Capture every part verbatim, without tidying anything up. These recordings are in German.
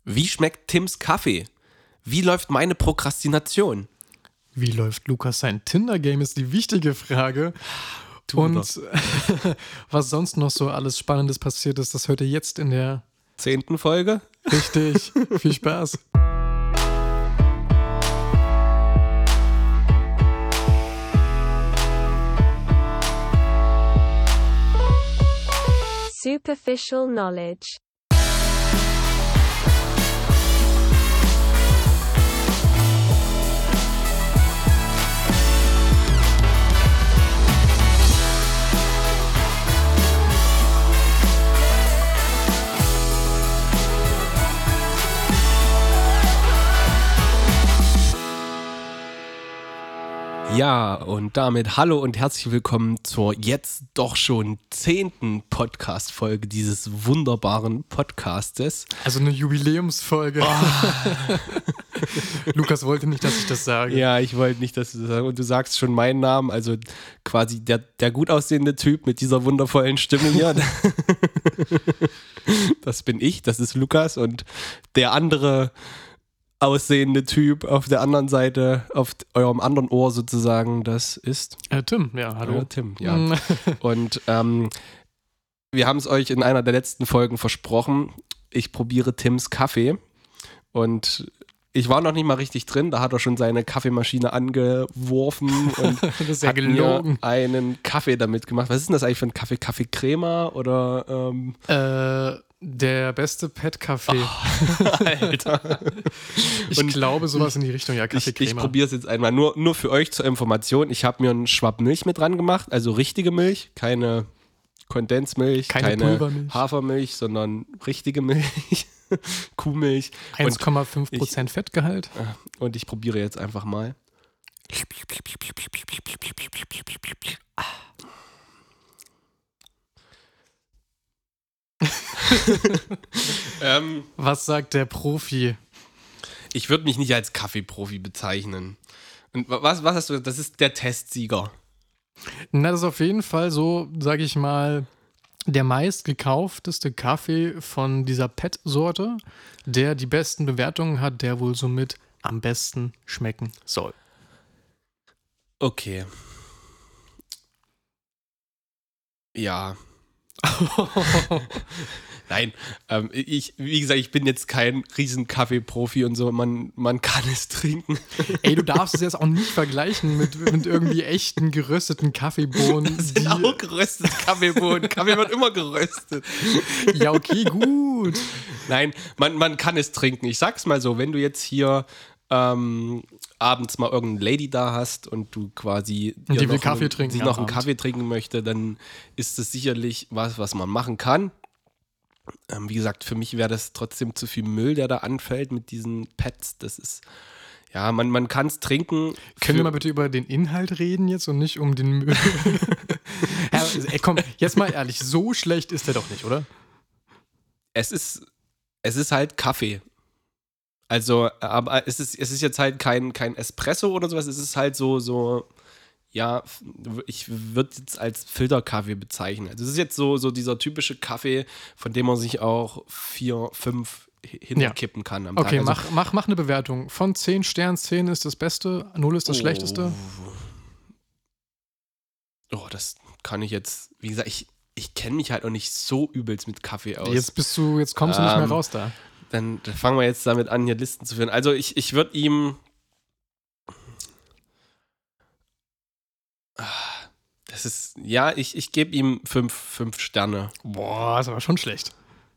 Wie schmeckt Tims Kaffee? Wie läuft meine Prokrastination? Wie läuft Lukas sein Tinder-Game, ist die wichtige Frage. Du Und was sonst noch so alles Spannendes passiert ist, das hört ihr jetzt in der zehnten Folge. Richtig. Viel Spaß. Superficial knowledge. Ja, und damit hallo und herzlich willkommen zur jetzt doch schon zehnten Podcast-Folge dieses wunderbaren Podcastes. Also eine Jubiläumsfolge. Oh. Lukas wollte nicht, dass ich das sage. Ja, ich wollte nicht, dass du das sagst. Und du sagst schon meinen Namen, also quasi der, der gut aussehende Typ mit dieser wundervollen Stimme hier. Das bin ich, das ist Lukas. Und der andere aussehende Typ auf der anderen Seite, auf eurem anderen Ohr sozusagen, das ist äh, Tim, ja, hallo. Äh, Tim, ja. Und ähm, wir haben es euch in einer der letzten Folgen versprochen, ich probiere Tims Kaffee und ich war noch nicht mal richtig drin, da hat er schon seine Kaffeemaschine angeworfen und das ist ja hat gelogen. mir einen Kaffee damit gemacht. Was ist denn das eigentlich für ein Kaffee? Kaffee-Crema oder? Ähm äh, Der beste Pet-Kaffee. Oh, Alter. Ich Und glaube, sowas in die Richtung, ja, Ich, Kaffeecreme. ich probiere es jetzt einmal. Nur, nur für euch zur Information. Ich habe mir einen Schwapp Milch mit dran gemacht. Also richtige Milch, keine Kondensmilch, keine, keine Pulvermilch. Hafermilch, sondern richtige Milch. Kuhmilch. eins Komma fünf Prozent Fettgehalt. Und ich probiere jetzt einfach mal. ähm, Was sagt der Profi? ich würde mich nicht als Kaffeeprofi bezeichnen. Und was, was hast du? Das ist der Testsieger. Na, das ist auf jeden Fall so, sage ich mal, der meistgekaufteste Kaffee von dieser Pet-Sorte, der die besten Bewertungen hat, der wohl somit am besten schmecken soll. Okay. Ja. Nein, ähm, ich, wie gesagt, ich bin jetzt kein riesen Kaffeeprofi und so, man, man kann es trinken. Ey, du darfst es jetzt auch nicht vergleichen mit, mit irgendwie echten gerösteten Kaffeebohnen. Das sind auch geröstete Kaffeebohnen. Kaffee wird immer geröstet. Ja, okay, gut. Nein, man, man kann es trinken. Ich sag's mal so, wenn du jetzt hier ähm, abends mal irgendeine Lady da hast und du quasi Und die will noch Kaffee einen, trinken sie am noch einen Abend. Kaffee trinken möchte, dann ist es sicherlich was, was man machen kann. Ähm, wie gesagt, für mich wäre das trotzdem zu viel Müll, der da anfällt mit diesen Pads. Das ist, ja, man, man kann es trinken. Können wir mal bitte über den Inhalt reden jetzt und nicht um den Müll? Ja, ey, komm, jetzt mal ehrlich, so schlecht ist der doch nicht, oder? Es ist, es ist halt Kaffee. Also, aber es ist, es ist jetzt halt kein, kein Espresso oder sowas, es ist halt so, so, ja, ich würde jetzt als Filterkaffee bezeichnen. Also es ist jetzt so, so dieser typische Kaffee, von dem man sich auch vier, fünf hinkippen ja. kann am okay, Tag. Also, mach, mach, mach eine Bewertung. Von zehn Sternen, zehn ist das Beste, null ist das oh, Schlechteste. Oh, das kann ich jetzt, wie gesagt, ich, ich kenne mich halt auch nicht so übelst mit Kaffee aus. Jetzt bist du, jetzt kommst du ähm, nicht mehr raus da. Dann, dann fangen wir jetzt damit an, hier Listen zu führen. Also ich, ich würde ihm das ist, ja, ich, ich gebe ihm fünf, fünf Sterne. Boah, ist aber schon schlecht.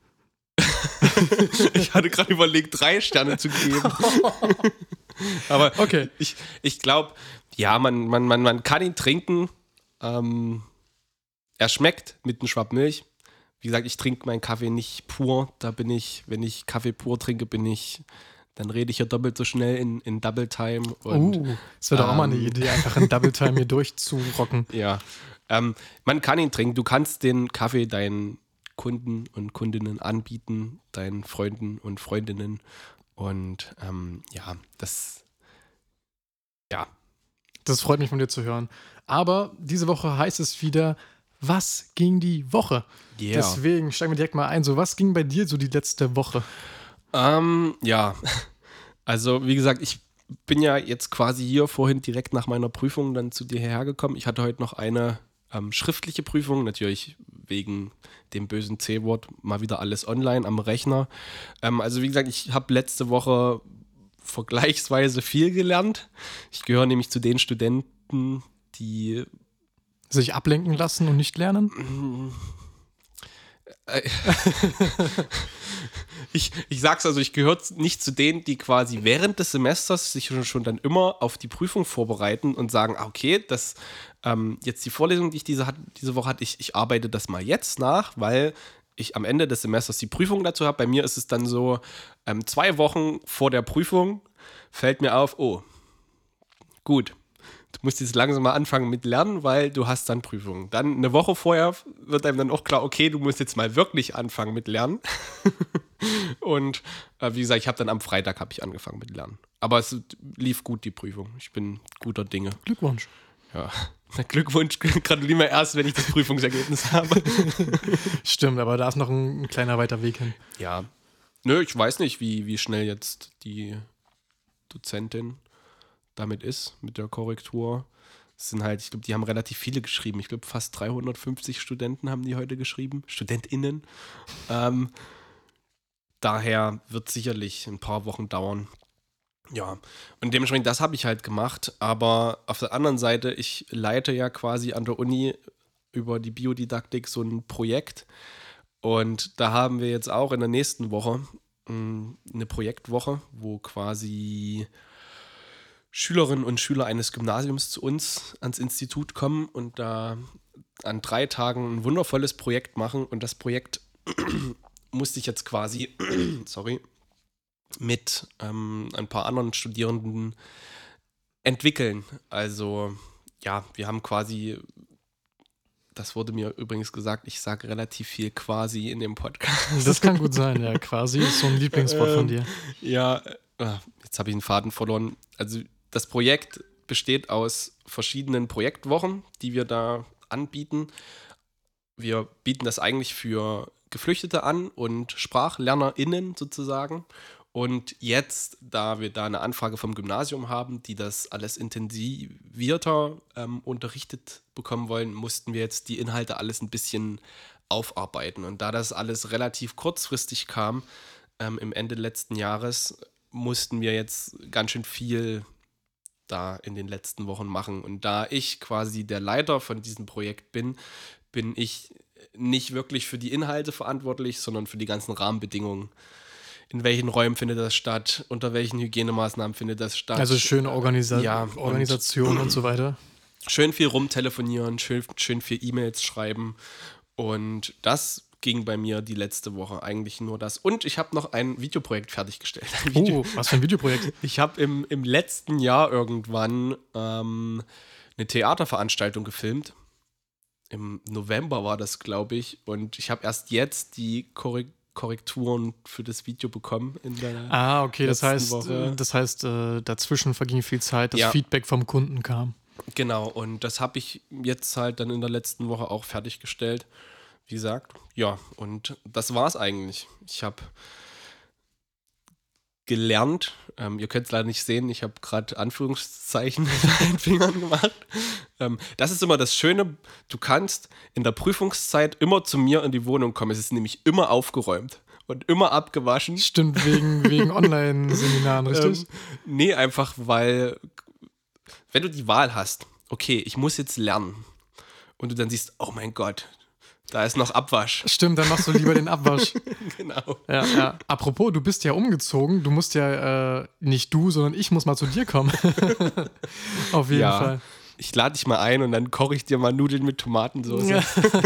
Ich hatte gerade überlegt, drei Sterne zu geben. Aber okay. ich, ich glaube, ja, man, man, man, man kann ihn trinken. Ähm, er schmeckt mit einem Schwapp Milch. Wie gesagt, ich trinke meinen Kaffee nicht pur. Da bin ich, wenn ich Kaffee pur trinke, bin ich, dann rede ich ja doppelt so schnell in, in Double Time. Und, uh, das wäre doch auch mal eine Idee, einfach in Double Time hier durchzurocken. Ja, ähm, man kann ihn trinken. Du kannst den Kaffee deinen Kunden und Kundinnen anbieten, deinen Freunden und Freundinnen. Und ähm, ja, das, ja. Das freut mich von dir zu hören. Aber diese Woche heißt es wieder, was ging die Woche? Yeah. Deswegen steigen wir direkt mal ein. So, was ging bei dir so die letzte Woche? Ähm, ja, also wie gesagt, ich bin ja jetzt quasi hier vorhin direkt nach meiner Prüfung dann zu dir hergekommen. Ich hatte heute noch eine ähm, schriftliche Prüfung, natürlich wegen dem bösen C-Wort mal wieder alles online am Rechner. Ähm, also wie gesagt, ich habe letzte Woche vergleichsweise viel gelernt. Ich gehöre nämlich zu den Studenten, die Sich ablenken lassen und nicht lernen? Ich, ich sag's also, ich gehöre nicht zu denen, die quasi während des Semesters sich schon, schon dann immer auf die Prüfung vorbereiten und sagen, ah, okay, das ähm, jetzt die Vorlesung, die ich diese, hat, diese Woche hatte, ich, ich arbeite das mal jetzt nach, weil ich am Ende des Semesters die Prüfung dazu habe. Bei mir ist es dann so, ähm, zwei Wochen vor der Prüfung fällt mir auf, oh, gut, du musst jetzt langsam mal anfangen mit Lernen, weil du hast dann Prüfungen. Dann eine Woche vorher wird einem dann auch klar, okay, du musst jetzt mal wirklich anfangen mit Lernen. Und äh, wie gesagt, ich habe dann am Freitag habe ich angefangen mit Lernen. Aber es lief gut, die Prüfung. Ich bin guter Dinge. Glückwunsch. Ja, na, Glückwunsch, gratuliere mir erst, wenn ich das Prüfungsergebnis habe. Stimmt, aber da ist noch ein, ein kleiner weiter Weg hin. Ja, nö, ich weiß nicht, wie, wie schnell jetzt die Dozentin damit ist, mit der Korrektur. Es sind halt, ich glaube, die haben relativ viele geschrieben. Ich glaube, fast dreihundertfünfzig Studenten haben die heute geschrieben. StudentInnen. Ähm, daher wird sicherlich ein paar Wochen dauern. Ja, und dementsprechend, das habe ich halt gemacht. Aber auf der anderen Seite, ich leite ja quasi an der Uni über die Biodidaktik so ein Projekt. Und da haben wir jetzt auch in der nächsten Woche mh, eine Projektwoche, wo quasi Schülerinnen und Schüler eines Gymnasiums zu uns ans Institut kommen und da an drei Tagen ein wundervolles Projekt machen. Und das Projekt musste ich jetzt quasi, sorry, mit ähm, ein paar anderen Studierenden entwickeln. Also ja, wir haben quasi, das wurde mir übrigens gesagt, ich sage relativ viel quasi in dem Podcast. Das kann gut sein, ja. Quasi ist so ein Lieblingswort von dir. Ja, äh, jetzt habe ich den Faden verloren. Also das Projekt besteht aus verschiedenen Projektwochen, die wir da anbieten. Wir bieten das eigentlich für Geflüchtete an und SprachlernerInnen sozusagen. Und jetzt, da wir da eine Anfrage vom Gymnasium haben, die das alles intensivierter ähm, unterrichtet bekommen wollen, mussten wir jetzt die Inhalte alles ein bisschen aufarbeiten. Und da das alles relativ kurzfristig kam, ähm, im Ende letzten Jahres, mussten wir jetzt ganz schön viel da in den letzten Wochen machen. Und da ich quasi der Leiter von diesem Projekt bin, bin ich nicht wirklich für die Inhalte verantwortlich, sondern für die ganzen Rahmenbedingungen. In welchen Räumen findet das statt? Unter welchen Hygienemaßnahmen findet das statt? Also schöne Organisa- ja, Organisation und, und so weiter. Schön viel rumtelefonieren, schön, schön viel E-Mails schreiben. Und das ging bei mir die letzte Woche eigentlich nur das. Und ich habe noch ein Videoprojekt fertiggestellt. Ein Video- Oh, was für ein Videoprojekt. Ich habe im, im letzten Jahr irgendwann ähm, eine Theaterveranstaltung gefilmt. Im November war das, glaube ich. Und ich habe erst jetzt die Korrektur Korrekturen für das Video bekommen in der Ah, okay, das heißt, Woche. das heißt, äh, dazwischen verging viel Zeit, dass Ja. Feedback vom Kunden kam. Genau, und das habe ich jetzt halt dann in der letzten Woche auch fertiggestellt. Wie gesagt, ja, und das war's eigentlich. Ich habe gelernt, ähm, ihr könnt es leider nicht sehen, ich habe gerade Anführungszeichen mit meinen Fingern gemacht. Ähm, das ist immer das Schöne, du kannst in der Prüfungszeit immer zu mir in die Wohnung kommen. Es ist nämlich immer aufgeräumt und immer abgewaschen. Stimmt, wegen, wegen Online-Seminaren, richtig? Ähm, nee, einfach weil, wenn du die Wahl hast, okay, ich muss jetzt lernen und du dann siehst, oh mein Gott, da ist noch Abwasch. Stimmt, dann machst du lieber den Abwasch. Genau. Ja, ja. Apropos, du bist ja umgezogen. Du musst ja, äh, nicht du, sondern ich muss mal zu dir kommen. Auf jeden Ja. Fall. Ich lade dich mal ein und dann koche ich dir mal Nudeln mit Tomatensauce. Ja.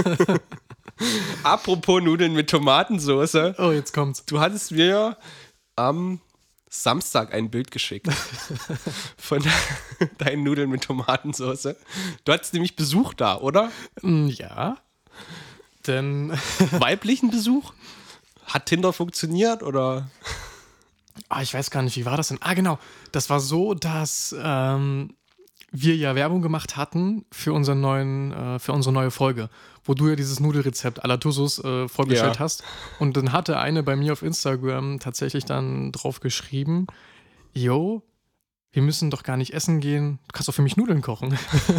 Apropos Nudeln mit Tomatensauce. Oh, jetzt kommt's. Du hattest mir am Samstag ein Bild geschickt von deinen Nudeln mit Tomatensauce. Du hattest nämlich Besuch da, oder? Mm, Ja. Denn, Weiblichen Besuch? Hat Tinder funktioniert oder? ah, ich weiß gar nicht, wie war das denn? Ah, genau. Das war so, dass ähm, wir ja Werbung gemacht hatten für, unseren neuen, äh, für unsere neue Folge, wo du ja dieses Nudelrezept à la Tussus äh, vorgestellt Ja. hast. Und dann hatte eine bei mir auf Instagram tatsächlich dann drauf geschrieben, yo, wir müssen doch gar nicht essen gehen, du kannst doch für mich Nudeln kochen.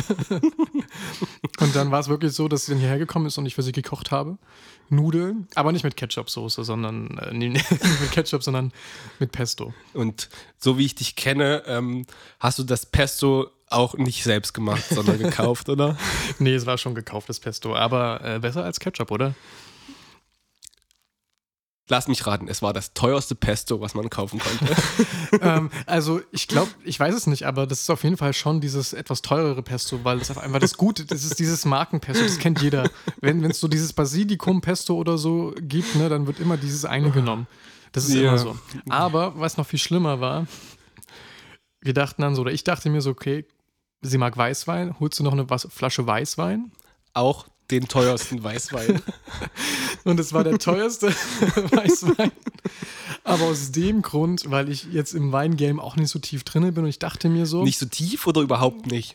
Und dann war es wirklich so, dass sie dann hierher gekommen ist und ich für sie gekocht habe. Nudeln, aber nicht mit Ketchup-Soße, sondern, äh, nee, nicht mit Ketchup, sondern mit Pesto. Und so wie ich dich kenne, ähm, hast du das Pesto auch nicht selbst gemacht, sondern gekauft, oder? Nee, es war schon gekauftes Pesto, aber äh, besser als Ketchup, oder? Lass mich raten, es war das teuerste Pesto, was man kaufen konnte. ähm, also ich glaube, ich weiß es nicht, aber das ist auf jeden Fall schon dieses etwas teurere Pesto, weil das auf einmal das Gute, das ist dieses Markenpesto, das kennt jeder. Wenn es so dieses Basilikum-Pesto oder so gibt, ne, dann wird immer dieses eine genommen. Das ist Ja. immer so. Aber was noch viel schlimmer war, wir dachten dann so, oder ich dachte mir so, okay, sie mag Weißwein, holst du noch eine Was- Flasche Weißwein? Auch den teuersten Weißwein. Und es war der teuerste Weißwein. Aber aus dem Grund, weil ich jetzt im Weingame auch nicht so tief drin bin und ich dachte mir so, Nicht so tief oder überhaupt nicht?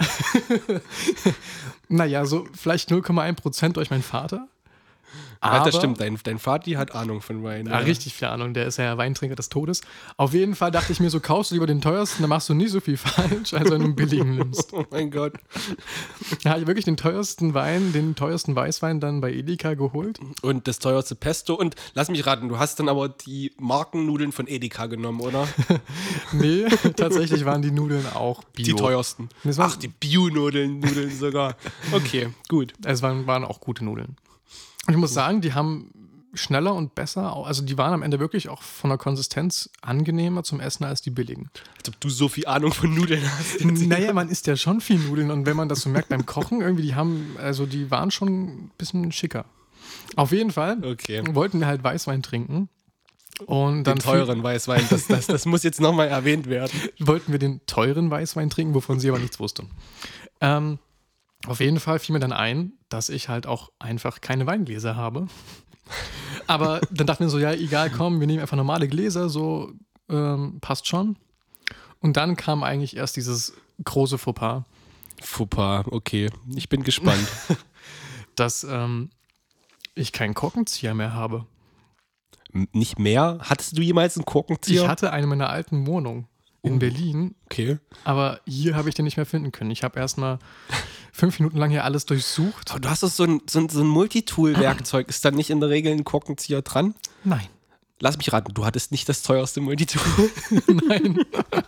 naja, so vielleicht null Komma eins Prozent durch meinen Vater. Ja, Aber, das stimmt, dein, dein Vati hat Ahnung von Wein. Ja, richtig viel Ahnung, der ist ja Weintrinker des Todes. Auf jeden Fall dachte ich mir so, kaufst du lieber den teuersten, dann machst du nie so viel falsch, als wenn du einen billigen nimmst. Oh mein Gott. Da habe ich wirklich den teuersten Wein, den teuersten Weißwein dann bei Edeka geholt. Und das teuerste Pesto. Und lass mich raten, du hast dann aber die Markennudeln von Edeka genommen, oder? Nee, tatsächlich waren die Nudeln auch Bio. Die teuersten. Das waren- Ach, die Bio-Nudeln Nudeln sogar. Okay, gut. Es waren, waren auch gute Nudeln. Und ich muss sagen, die haben schneller und besser, au- also die waren am Ende wirklich auch von der Konsistenz angenehmer zum Essen als die billigen. Als ob du so viel Ahnung von Nudeln hast. Naja, man isst ja schon viel Nudeln und wenn man das so merkt beim Kochen, irgendwie, die haben, also die waren schon ein bisschen schicker. Auf jeden Fall Okay. wollten wir halt Weißwein trinken. Und dann Den teuren Weißwein, das, das, das muss jetzt nochmal erwähnt werden. wollten wir den teuren Weißwein trinken, wovon sie aber nichts wusste. Ähm, auf jeden Fall fiel mir dann ein, dass ich halt auch einfach keine Weingläser habe. Aber dann dachten wir so, ja, egal, komm, wir nehmen einfach normale Gläser, so ähm, passt schon. Und dann kam eigentlich erst dieses große Fauxpas, Fauxpas, okay. Ich bin gespannt. dass ähm, ich keinen Korkenzieher mehr habe. M- Nicht mehr? Hattest du jemals einen Korkenzieher? Ich hatte eine in meiner alten Wohnung in Oh. Berlin, Okay. aber hier habe ich den nicht mehr finden können. Ich habe erstmal fünf Minuten lang hier alles durchsucht. Aber du hast doch so ein, so ein, so ein Multitool-Werkzeug. Ist da nicht in der Regel ein Korkenzieher dran? Nein. Lass mich raten, du hattest nicht das teuerste Multitool. Nein.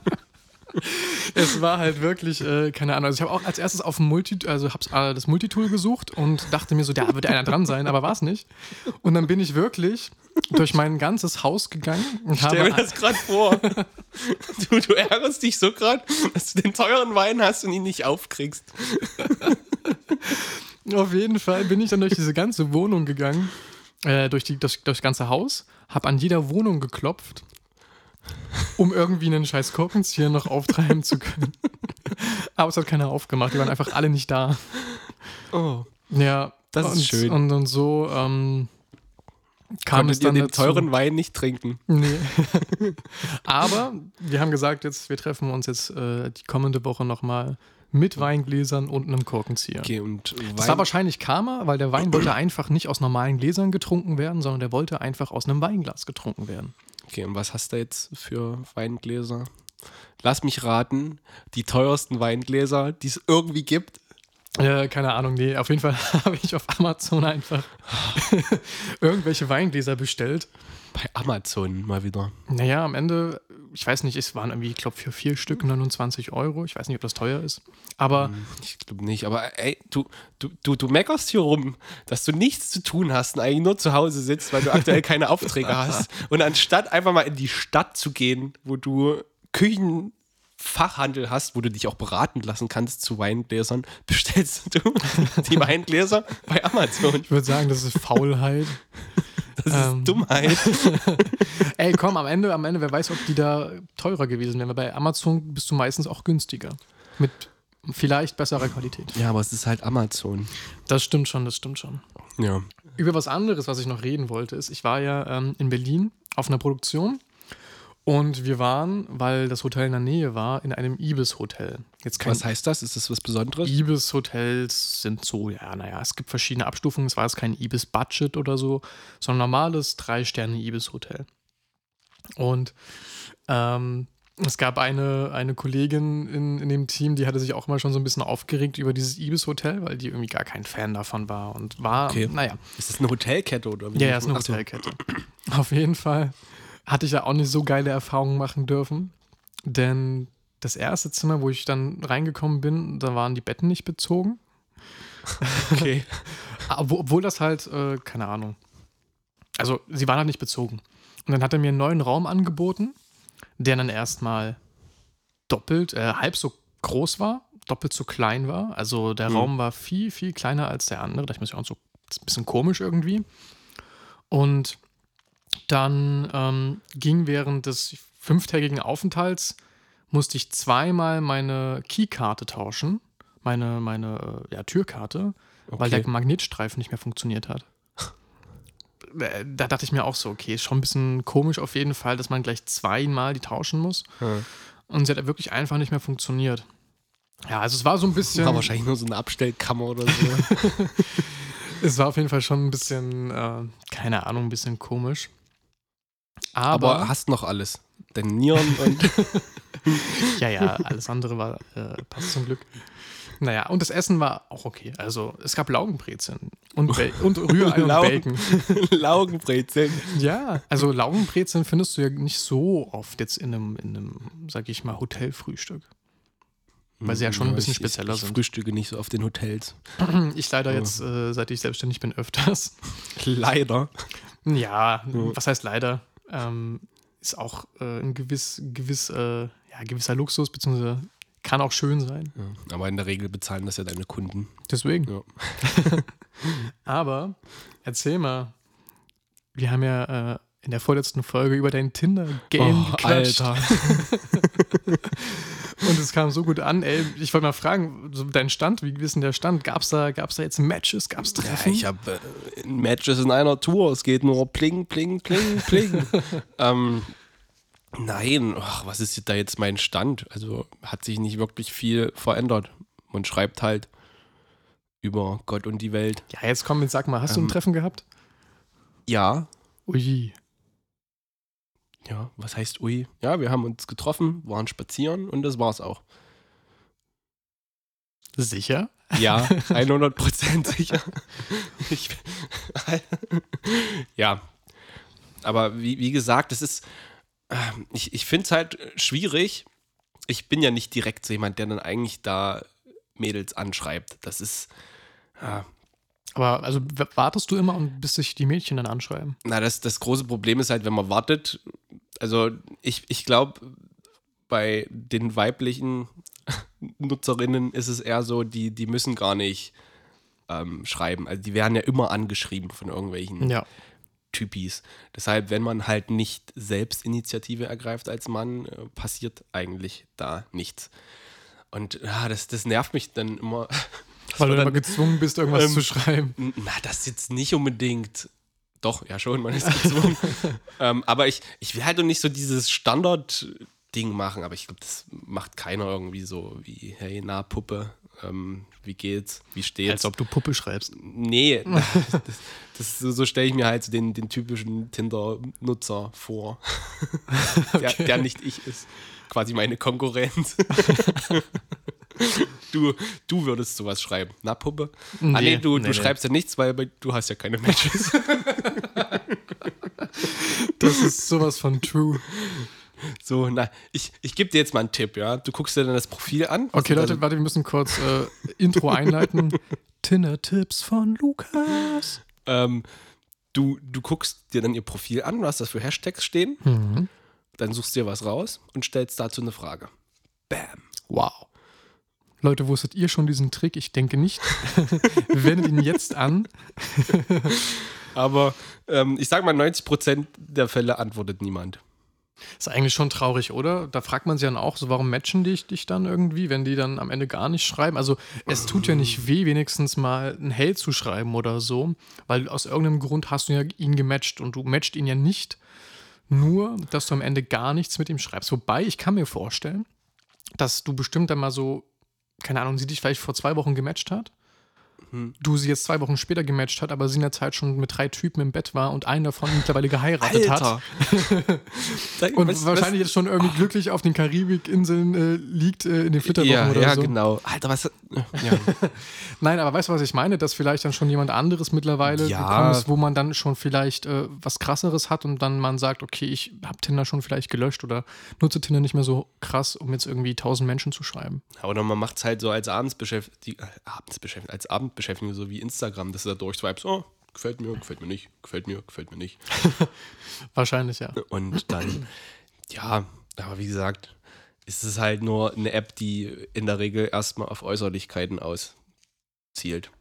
Es war halt wirklich, äh, keine Ahnung. Also ich habe auch als erstes auf dem Multi, also hab's, äh, das Multitool gesucht und dachte mir so, da wird einer dran sein, aber war es nicht. Und dann bin ich wirklich durch mein ganzes Haus gegangen und Stell mir habe, das gerade vor. Du, du ärgerst dich so gerade, dass du den teuren Wein hast und ihn nicht aufkriegst. auf jeden Fall bin ich dann durch diese ganze Wohnung gegangen, äh, durch, die, durch, durch das ganze Haus, habe an jeder Wohnung geklopft, um irgendwie einen scheiß Korkenzieher noch auftreiben zu können. Aber es hat keiner aufgemacht, die waren einfach alle nicht da. Oh. Ja, Das ist und, schön. Und, und so ähm, kam Konntet es ihr dann den dazu. teuren Wein nicht trinken? Nee. Aber wir haben gesagt, jetzt, wir treffen uns jetzt äh, die kommende Woche nochmal mit Weingläsern und einem Korkenzieher. Okay, und Das Wein, war wahrscheinlich Karma, weil der Wein wollte einfach nicht aus normalen Gläsern getrunken werden, sondern der wollte einfach aus einem Weinglas getrunken werden. okay, und was hast du jetzt für Weingläser? Lass mich raten, die teuersten Weingläser, die es irgendwie gibt. Äh, keine Ahnung, nee. Auf jeden Fall habe ich auf Amazon einfach irgendwelche Weingläser bestellt. Bei Amazon mal wieder. Naja, am Ende, ich weiß nicht, es waren irgendwie, ich glaube, für vier Stück neunundzwanzig Euro. Ich weiß nicht, ob das teuer ist. Aber Ich glaube nicht, aber ey, du, du, du, du meckerst hier rum, dass du nichts zu tun hast und eigentlich nur zu Hause sitzt, weil du aktuell keine Aufträge hast. Und anstatt einfach mal in die Stadt zu gehen, wo du Küchenfachhandel hast, wo du dich auch beraten lassen kannst zu Weingläsern, bestellst du die Weingläser bei Amazon. ich würde sagen, das ist Faulheit. Das ist Ähm. Dummheit. Ey, komm, am Ende, am Ende, wer weiß, ob die da teurer gewesen wären. Weil bei Amazon bist du meistens auch günstiger. Mit vielleicht besserer Qualität. Ja, aber es ist halt Amazon. Das stimmt schon, das stimmt schon. Ja. Über was anderes, was ich noch reden wollte, ist, ich war ja ähm, in Berlin auf einer Produktion Und wir waren, weil das Hotel in der Nähe war, in einem Ibis-Hotel. Jetzt kein Was heißt das? Ist das was Besonderes? Ibis-Hotels sind so, ja, naja, es gibt verschiedene Abstufungen. Es war jetzt kein Ibis-Budget oder so, sondern ein normales Drei-Sterne-Ibis-Hotel. Und ähm, es gab eine, eine Kollegin in, in dem Team, die hatte sich auch immer schon so ein bisschen aufgeregt über dieses Ibis-Hotel, weil die irgendwie gar kein Fan davon war und war, Okay. naja. Ist das eine Hotelkette oder wie? Ja, ja, ist eine Ach so. Hotelkette. Auf jeden Fall hatte ich ja auch nicht so geile Erfahrungen machen dürfen, denn das erste Zimmer, wo ich dann reingekommen bin, da waren die Betten nicht bezogen. Okay. Obwohl, obwohl das halt, äh, keine Ahnung. Also, sie waren halt nicht bezogen. Und dann hat er mir einen neuen Raum angeboten, der dann erstmal doppelt, äh, halb so groß war, doppelt so klein war. Also, der Mhm. Raum war viel, viel kleiner als der andere. Da ich mir auch so das ist ein bisschen komisch irgendwie. Und dann ähm, ging während des fünftägigen Aufenthalts, musste ich zweimal meine Keykarte tauschen, meine, meine äh, ja, Türkarte, weil Okay. der Magnetstreifen nicht mehr funktioniert hat. Äh, Da dachte ich mir auch so, okay, ist schon ein bisschen komisch auf jeden Fall, dass man gleich zweimal die tauschen muss. Hm. Und sie hat wirklich einfach nicht mehr funktioniert. Ja, also es war so ein bisschen. War wahrscheinlich nur so eine Abstellkammer oder so. Es war auf jeden Fall schon ein bisschen, äh, keine Ahnung, ein bisschen komisch. Aber, Aber hast noch alles. Deine Nieren und. ja, ja, alles andere war, äh, passt zum Glück. Naja, und das Essen war auch okay. Also es gab Laugenbrezeln und, Ba- und Rührei und Laugen- Bacon. Laugenbrezeln. Ja, also Laugenbrezeln findest du ja nicht so oft jetzt in einem, in einem, sag ich mal, Hotelfrühstück. Weil sie ja schon ein bisschen ich, spezieller ich, ich sind. frühstücke nicht so auf den Hotels. Ich leider Oh. jetzt, äh, seit ich selbstständig bin, öfters. Leider. Ja, Ja. was heißt leider? Ähm, ist auch äh, ein gewiss, gewiss, äh, ja, gewisser Luxus, beziehungsweise kann auch schön sein. Ja, aber in der Regel bezahlen das ja deine Kunden. Deswegen. Ja. Aber erzähl mal, wir haben ja äh, in der vorletzten Folge über dein Tinder-Game Oh, gequatscht. Alter. Und es kam so gut an, ey. Ich wollte mal fragen, so dein Stand, wie ist denn der Stand? Gab's da, gab's da jetzt Matches? Gab's Ja, Treffen? ich habe äh, Matches in einer Tour. Es geht nur pling, pling, pling, pling. ähm, nein, ach, was ist da jetzt mein Stand? Also hat sich nicht wirklich viel verändert. Man schreibt halt über Gott und die Welt. Ja, jetzt komm, jetzt sag mal, hast du ein Ähm, Treffen gehabt? Ja, Ui. ja, was heißt ui? Ja, wir haben uns getroffen, waren spazieren und das war's auch. Sicher? Ja, hundert Prozent sicher. Ich, ja, aber wie, wie gesagt, es ist, ähm, ich, ich finde es halt schwierig. Ich bin ja nicht direkt so jemand, der dann eigentlich da Mädels anschreibt. Das ist, ja, Aber also w- wartest du immer und bis sich die Mädchen dann anschreiben? na, das, das große Problem ist halt, wenn man wartet. Also ich, ich glaube, bei den weiblichen Nutzerinnen ist es eher so, die, die müssen gar nicht ähm, schreiben. Also die werden ja immer angeschrieben von irgendwelchen Ja. Typis. Deshalb, wenn man halt nicht selbst Initiative ergreift als Mann, äh, passiert eigentlich da nichts. Und ja, das, das nervt mich dann immer. dass Weil du man immer gezwungen bist, irgendwas ähm, zu schreiben. Na, das jetzt nicht unbedingt. Doch, ja schon, man ist gezwungen. ähm, aber ich, ich will halt noch nicht so dieses Standard-Ding machen, aber ich glaube, das macht keiner irgendwie so wie, hey, na, Puppe, ähm, wie geht's, wie steht's? Als ob du Puppe schreibst. Nee, das, das, so, so stelle ich mir halt so den, den typischen Tinder-Nutzer vor, der, Okay. der nicht ich ist. Quasi meine Konkurrenz. du, du würdest sowas schreiben. Na, Puppe? ah, nee, du, du schreibst ja nichts, weil weil du hast ja keine Matches. Das ist sowas von true. So, na, ich, ich gebe dir jetzt mal einen Tipp, ja. Du guckst dir dann das Profil an. was Okay, sind Leute, deine- warte, wir müssen kurz äh, Intro einleiten. Tinder-Tipps von Lukas. ähm, du, du guckst dir dann ihr Profil an, was das für Hashtags stehen. Mhm. Dann suchst dir was raus und stellst dazu eine Frage. Bam. Wow. Leute, wusstet ihr schon diesen Trick? Ich denke nicht. Wendet ihn jetzt an. Aber ähm, ich sag mal, neunzig Prozent der Fälle antwortet niemand. Ist eigentlich schon traurig, oder? Da fragt man sich dann auch, so, warum matchen die dich dann irgendwie, wenn die dann am Ende gar nicht schreiben? Also es tut ja nicht weh, wenigstens mal ein Hey zu schreiben oder so, weil aus irgendeinem Grund hast du ja ihn gematcht und du matcht ihn ja nicht, nur dass du am Ende gar nichts mit ihm schreibst. Wobei, ich kann mir vorstellen, dass du bestimmt dann mal so, keine Ahnung, sie dich vielleicht vor zwei Wochen gematcht hat, Hm. du sie jetzt zwei Wochen später gematcht hat, aber sie in der Zeit schon mit drei Typen im Bett war und einen davon mittlerweile geheiratet hat. Und was, wahrscheinlich jetzt schon irgendwie glücklich auf den Karibikinseln äh, liegt, äh, in den Flitterwochen ja, oder ja, so. genau. Alter, was. Ja. Nein, aber weißt du, was ich meine? Dass vielleicht dann schon jemand anderes mittlerweile Ja. gekommen ist, wo man dann schon vielleicht äh, was Krasseres hat und dann man sagt, okay, ich habe Tinder schon vielleicht gelöscht oder nutze Tinder nicht mehr so krass, um jetzt irgendwie tausend Menschen zu schreiben. Oder man macht es halt so als Abendsbeschäftigung, äh, Abendsbeschäftigung, als Abendbeschäftigung, so wie Instagram, dass du da durchswipest, oh, gefällt mir, gefällt mir nicht, gefällt mir, gefällt mir nicht. Wahrscheinlich, ja. Und dann, ja, aber wie gesagt, ist es halt nur eine App, die in der Regel erstmal auf Äußerlichkeiten auszielt.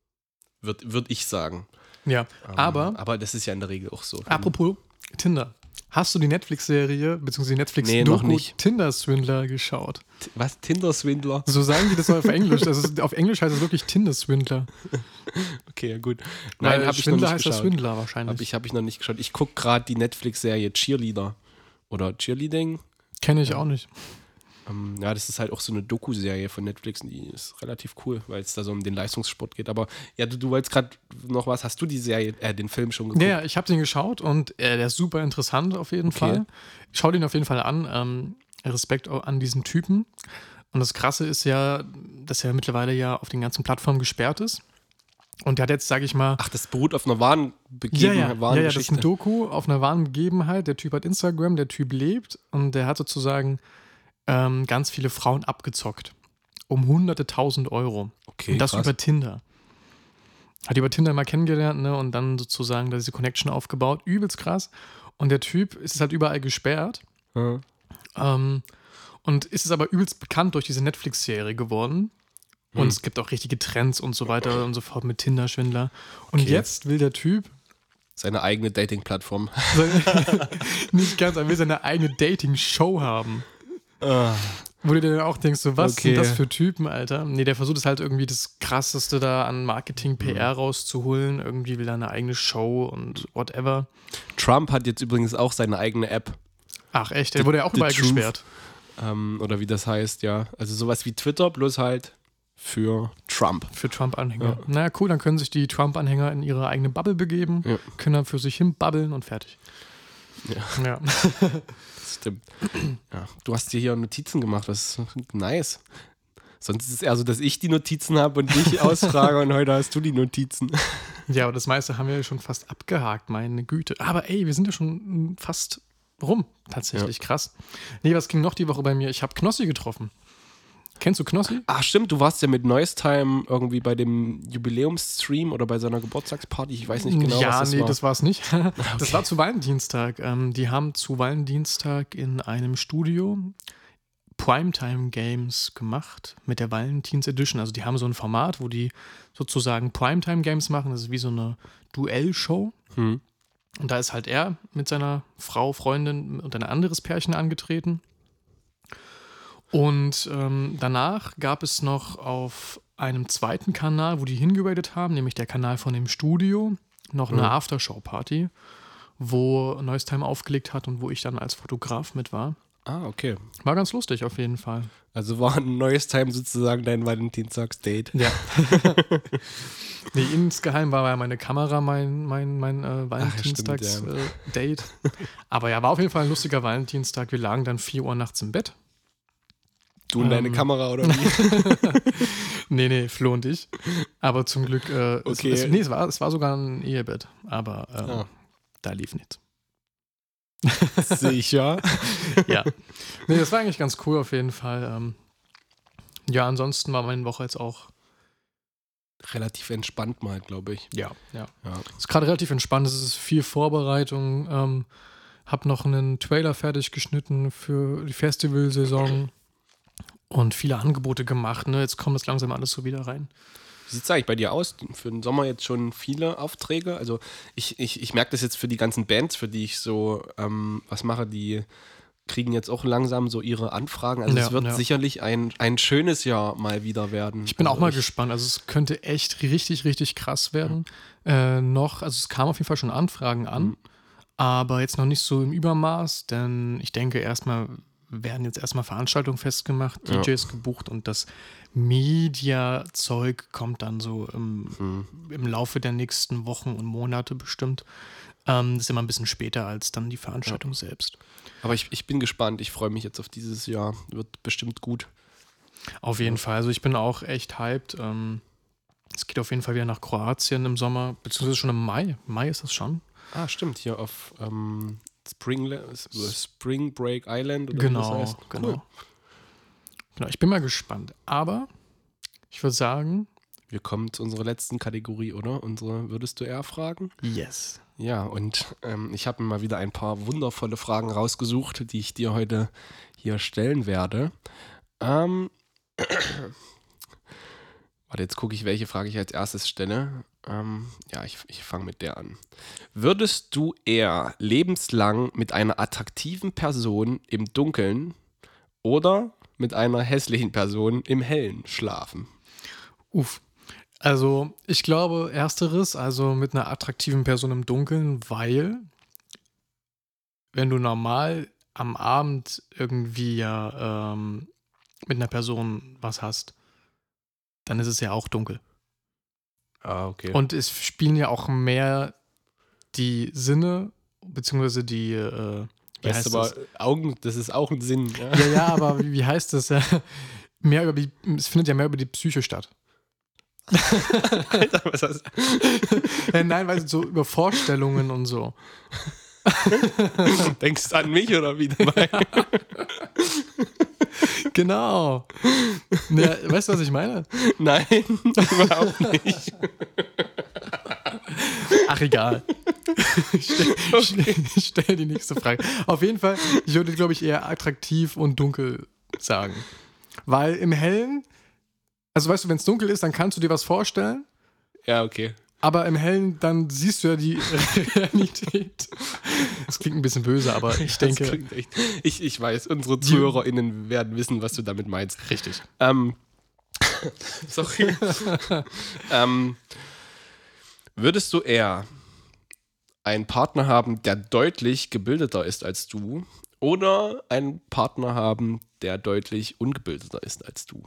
Würde würd ich sagen. Ja, Ähm, aber, aber das ist ja in der Regel auch so. apropos Tinder. Hast du die Netflix-Serie, beziehungsweise die Nee, noch Netflix-Doku nicht. Tinder-Swindler geschaut? T- Was? Tinder-Swindler? So sagen die das auf Englisch. Das ist, auf Englisch heißt es wirklich Tinder-Swindler. Okay, ja, gut. Weil Nein, habe ich noch Schwindler nicht heißt das geschaut. Swindler Habe wahrscheinlich. ich, hab ich noch nicht geschaut. Ich gucke gerade die Netflix-Serie Cheerleader. Oder Cheerleading. Kenne ich Ja. auch nicht. Ähm, ja, das ist halt auch so eine Doku-Serie von Netflix. Und die ist relativ cool, weil es da so um den Leistungssport geht. Aber ja, du, du wolltest gerade noch was. Hast du die Serie, äh, den Film schon geguckt? Ja, ja, ich habe den geschaut und äh, der ist super interessant auf jeden Okay. Fall. Schau den auf jeden Fall an. Ähm, Respekt au- an diesen Typen. Und das Krasse ist ja, dass er mittlerweile ja auf den ganzen Plattformen gesperrt ist. Und der hat jetzt, sage ich mal, Ach, das beruht auf einer wahren ja, Begebenheit, ja, wahren ja, ja, das ist Geschichte. ein Doku auf einer wahren Begebenheit. Der Typ hat Instagram, der Typ lebt und der hat sozusagen ähm, ganz viele Frauen abgezockt. Um hunderte tausend Euro. Okay, und das krass. über Tinder. Hat die über Tinder mal kennengelernt, ne? Und dann sozusagen da diese Connection aufgebaut. Übelst krass. Und der Typ ist halt überall gesperrt. Ja. Ähm, und ist es aber übelst bekannt durch diese Netflix-Serie geworden. Und Hm. es gibt auch richtige Trends und so weiter und so fort mit Tinder-Schwindler. Und Okay. jetzt will der Typ Seine eigene Dating-Plattform. seine, nicht ganz, er will seine eigene Dating-Show haben. Wo du dir dann auch denkst, so, was Okay. sind das für Typen, Alter? Nee, der versucht es halt irgendwie das Krasseste da an Marketing, P R rauszuholen. Irgendwie will er eine eigene Show und whatever. Trump hat jetzt übrigens auch seine eigene App. Ach echt, der The- wurde ja auch the überall truth. gesperrt. Ähm, oder wie das heißt, ja. Also sowas wie Twitter, bloß halt für Trump. Für Trump-Anhänger. Ja. Naja, cool, dann können sich die Trump-Anhänger in ihre eigene Bubble begeben, Ja. können dann für sich hin babbeln und fertig. Ja. Ja. Das stimmt. Ja. Du hast dir hier Notizen gemacht, das ist nice. Sonst ist es eher so, dass ich die Notizen habe und dich ausfrage und heute hast du die Notizen. Ja, aber das meiste haben wir ja schon fast abgehakt, meine Güte. Aber ey, wir sind ja schon fast rum. Tatsächlich krass. Nee, was ging noch die Woche bei mir? Ich habe Knossi getroffen. Kennst du Knossi? Ach stimmt, du warst ja mit Noise-Time irgendwie bei dem Jubiläumsstream oder bei seiner Geburtstagsparty. Ich weiß nicht genau, ja, was das nee, war. das war es nicht. Das war zu Valentinstag. Ähm, die haben zu Valentinstag in einem Studio Primetime Games gemacht mit der Valentins Edition. Also die haben so ein Format, wo die sozusagen Primetime Games machen. Das ist wie so eine Duellshow. Hm. Und da ist halt er mit seiner Frau, Freundin und ein anderes Pärchen angetreten. Und ähm, danach gab es noch auf einem zweiten Kanal, wo die hingeradet haben, nämlich der Kanal von dem Studio, noch eine Ja. Aftershow-Party, wo Noise-Time aufgelegt hat und wo ich dann als Fotograf mit war. Ah, okay. War ganz lustig auf jeden Fall. Also war ein Noise-Time sozusagen dein Valentinstags-Date. Ja. Nee, insgeheim war ja meine Kamera mein, mein, mein äh, Valentinstags-Date. Aber ja, war auf jeden Fall ein lustiger Valentinstag. Wir lagen dann vier Uhr nachts im Bett. Du und deine Ähm. Kamera oder wie? Nee, nee, Flo und ich. Aber zum Glück, äh, Okay. es, es, nee, es war, es war sogar ein Ehebett. Aber ähm, Ah. da lief nichts. Sicher. Ja. Nee, das war eigentlich ganz cool auf jeden Fall. Ähm, ja, ansonsten war meine Woche jetzt auch, Relativ entspannt mal, glaube ich. ja, ja. Ja. Es ist gerade relativ entspannt. Es ist viel Vorbereitung. Ähm, hab noch einen Trailer fertig geschnitten für die Festivalsaison und viele Angebote gemacht. Ne? Jetzt kommt das langsam alles so wieder rein. Wie sieht es eigentlich bei dir aus? Für den Sommer jetzt schon viele Aufträge? Also ich, ich, ich merke das jetzt für die ganzen Bands, für die ich so ähm, was mache, die kriegen jetzt auch langsam so ihre Anfragen. Also Ja, es wird ja. sicherlich ein, ein schönes Jahr mal wieder werden. Ich bin also auch mal ich, gespannt. Also es könnte echt richtig, richtig krass werden. Äh, noch, also es kamen auf jeden Fall schon Anfragen an, Mhm. aber jetzt noch nicht so im Übermaß, denn ich denke, erstmal werden jetzt erstmal Veranstaltungen festgemacht, Ja. D Js gebucht und das Media-Zeug kommt dann so im, Hm. im Laufe der nächsten Wochen und Monate bestimmt. Ähm, das ist immer ein bisschen später als dann die Veranstaltung selbst. Aber ich, ich bin gespannt. Ich freue mich jetzt auf dieses Jahr. Wird bestimmt gut. Auf jeden Fall. Also ich bin auch echt hyped. Ähm, es geht auf jeden Fall wieder nach Kroatien im Sommer, beziehungsweise schon im Mai. Mai ist das schon. Ah, stimmt. Hier auf ähm, Spring, Spring Break Island oder Genau, wie das heißt. genau. Cool. Genau, ich bin mal gespannt. Aber ich würde sagen, Wir kommen zu unserer letzten Kategorie, oder? Unsere Würdest du eher fragen? yes. Ja, und ähm, ich habe mir mal wieder ein paar wundervolle Fragen rausgesucht, die ich dir heute hier stellen werde. Ähm, warte, jetzt gucke ich, welche Frage ich als erstes stelle. Ähm, ja, ich, ich fange mit der an. Würdest du eher lebenslang mit einer attraktiven Person im Dunkeln oder mit einer hässlichen Person im Hellen schlafen? Uff. Also, ich glaube, ersteres, also mit einer attraktiven Person im Dunkeln, weil, wenn du normal am Abend irgendwie ja ähm, mit einer Person was hast, dann ist es ja auch dunkel. Ah, okay. Und es spielen ja auch mehr die Sinne, beziehungsweise die, äh, wie weißt heißt du aber, das? Augen, das ist auch ein Sinn. Ja, Ja, ja, aber wie, wie heißt das? Ja, mehr über die, es findet ja mehr über die Psyche statt. Alter, was hast Äh, Nein, weil so über Vorstellungen und so. du? Denkst du an mich oder wie dabei? Genau. Ja, weißt du, was ich meine? Nein, überhaupt nicht. Ach, egal. Ich stell, Okay. ich stell die nächste Frage. Auf jeden Fall, ich würde, glaube ich, eher attraktiv und dunkel sagen. Weil im Hellen, also weißt du, wenn es dunkel ist, dann kannst du dir was vorstellen, Ja, okay. aber im Hellen, dann siehst du ja die Realität. Das klingt ein bisschen böse, aber ich Das denke, klingt echt. Ich, ich weiß, unsere ZuhörerInnen werden wissen, was du damit meinst. richtig. Ähm, sorry. ähm, würdest du eher einen Partner haben, der deutlich gebildeter ist als du, oder einen Partner haben, der deutlich ungebildeter ist als du?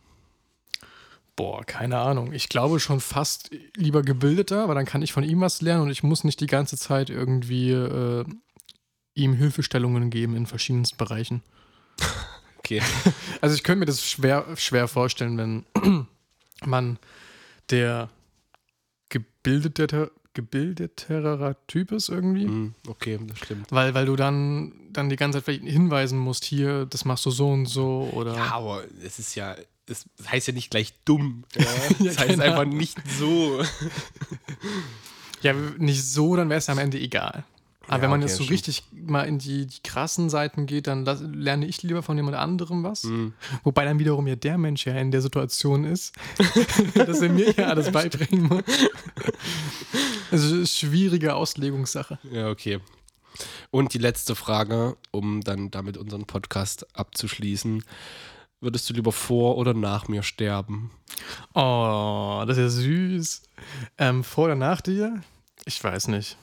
Boah, keine Ahnung. Ich glaube schon fast lieber gebildeter, weil dann kann ich von ihm was lernen und ich muss nicht die ganze Zeit irgendwie äh, ihm Hilfestellungen geben in verschiedensten Bereichen. Okay. Also ich könnte mir das schwer, schwer vorstellen, wenn man der gebildeter, gebildeterer Typ ist irgendwie. Hm, okay, das stimmt. Weil, weil du dann, dann die ganze Zeit vielleicht hinweisen musst, hier, das machst du so und so oder. Ja, aber es ist ja, es heißt ja nicht gleich dumm. Ja? Ja, Das heißt genau. einfach nicht so. Ja, nicht so, dann wäre es am Ende egal. Aber Ja, wenn man okay, jetzt so stimmt. richtig mal in die, die krassen Seiten geht, dann las- lerne ich lieber von jemand anderem was. Hm. Wobei dann wiederum ja der Mensch ja in der Situation ist, dass er mir ja alles beibringen muss. Also es ist schwierige Auslegungssache. Ja, okay. Und die letzte Frage, um dann damit unseren Podcast abzuschließen. Würdest du lieber vor oder nach mir sterben? Oh, das ist ja süß. Ähm, vor oder nach dir? Ich weiß nicht.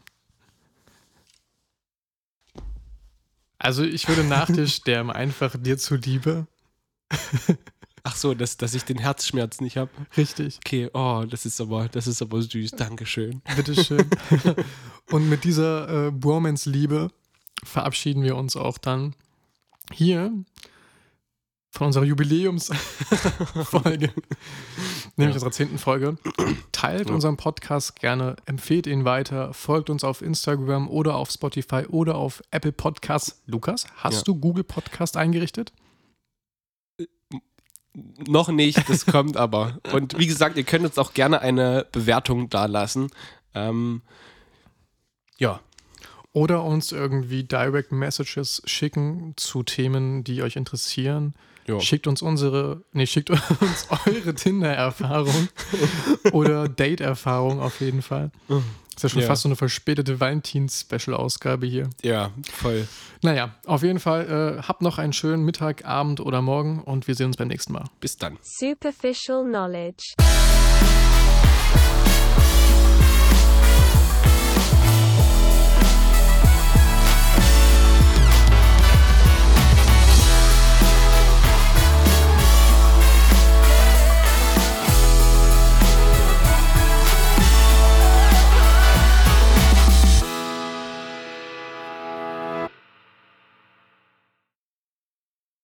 Also ich würde nach dir sterben, einfach dir zuliebe. Ach so, dass, dass ich den Herzschmerz nicht habe. Richtig. Okay, oh, das ist aber, das ist aber süß. Dankeschön. Bitteschön. Und mit dieser äh, Bromance-Liebe verabschieden wir uns auch dann hier von unserer Jubiläumsfolge, nämlich Ja. unserer zehnten Folge. Teilt Ja. unseren Podcast gerne, empfehlt ihn weiter, folgt uns auf Instagram oder auf Spotify oder auf Apple Podcasts. Lukas, hast Ja. du Google Podcast eingerichtet? Noch nicht, das kommt aber. Und wie gesagt, ihr könnt uns auch gerne eine Bewertung dalassen. Ähm, ja, Oder uns irgendwie Direct Messages schicken zu Themen, die euch interessieren. ja. Schickt uns unsere, nee, schickt uns eure Tinder-Erfahrung oder Date-Erfahrung auf jeden Fall. Ist ja schon Ja. fast so eine verspätete Valentins-Special-Ausgabe hier. Ja, voll. Naja, auf jeden Fall, äh, habt noch einen schönen Mittag, Abend oder Morgen und wir sehen uns beim nächsten Mal. Bis dann. Superficial knowledge.